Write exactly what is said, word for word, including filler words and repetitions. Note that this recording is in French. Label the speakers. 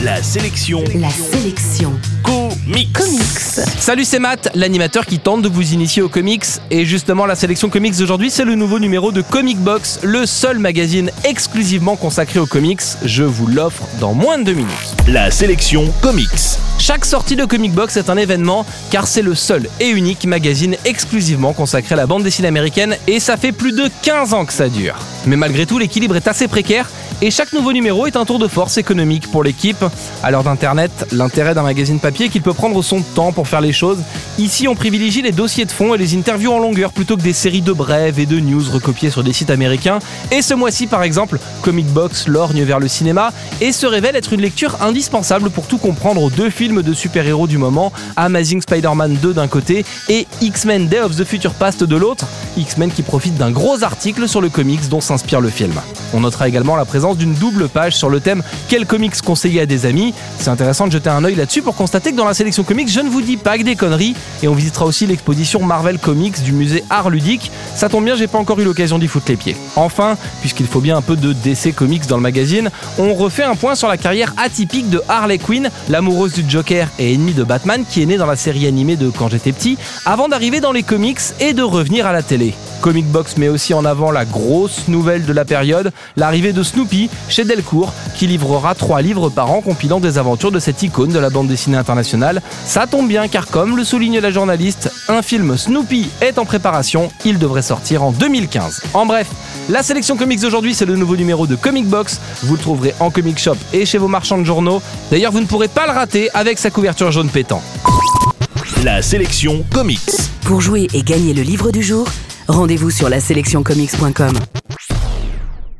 Speaker 1: La sélection.
Speaker 2: La sélection.
Speaker 1: Comics.
Speaker 2: Comics.
Speaker 3: Salut, c'est Matt, l'animateur qui tente de vous initier aux comics. Et justement, la sélection comics d'aujourd'hui, c'est le nouveau numéro de Comic Box, le seul magazine exclusivement consacré aux comics. Je vous l'offre dans moins de deux minutes.
Speaker 1: La sélection Comics.
Speaker 3: Chaque sortie de Comic Box est un événement, car c'est le seul et unique magazine exclusivement consacré à la bande dessinée américaine, et ça fait plus de quinze ans que ça dure. Mais malgré tout, l'équilibre est assez précaire, et chaque nouveau numéro est un tour de force économique pour l'équipe. À l'heure d'Internet, l'intérêt d'un magazine papier est qu'il peut prendre son temps pour faire les choses. Ici, on privilégie les dossiers de fond et les interviews en longueur plutôt que des séries de brèves et de news recopiées sur des sites américains. Et ce mois-ci, par exemple, Comic Box lorgne vers le cinéma et se révèle être une lecture indispensable pour tout comprendre aux deux films de super-héros du moment, Amazing Spider-Man deux d'un côté et X-Men Day of the Future Past de l'autre. X-Men qui profite d'un gros article sur le comics dont s'inspire le film. On notera également la présence d'une double page sur le thème « Quels comics conseiller à des amis ?» C'est intéressant de jeter un œil là-dessus pour constater que dans la sélection comics, je ne vous dis pas que des conneries, et on visitera aussi l'exposition Marvel Comics du musée Art Ludique. Ça tombe bien, j'ai pas encore eu l'occasion d'y foutre les pieds. Enfin, puisqu'il faut bien un peu de D C Comics dans le magazine, on refait un point sur la carrière atypique de Harley Quinn, l'amoureuse du Joker et ennemie de Batman, qui est née dans la série animée de Quand j'étais petit, avant d'arriver dans les comics et de revenir à la télé. Comic Box met aussi en avant la grosse nouvelle de la période, l'arrivée de Snoopy chez Delcourt, qui livrera trois livres par an compilant des aventures de cette icône de la bande dessinée internationale. Ça tombe bien car, comme le souligne la journaliste, un film Snoopy est en préparation, il devrait sortir en deux mille quinze. En bref, la sélection comics d'aujourd'hui, c'est le nouveau numéro de Comic Box, vous le trouverez en comic shop et chez vos marchands de journaux. D'ailleurs, vous ne pourrez pas le rater avec sa couverture jaune pétant.
Speaker 1: La sélection Comics.
Speaker 2: Pour jouer et gagner le livre du jour, rendez-vous sur la sélection comics point com.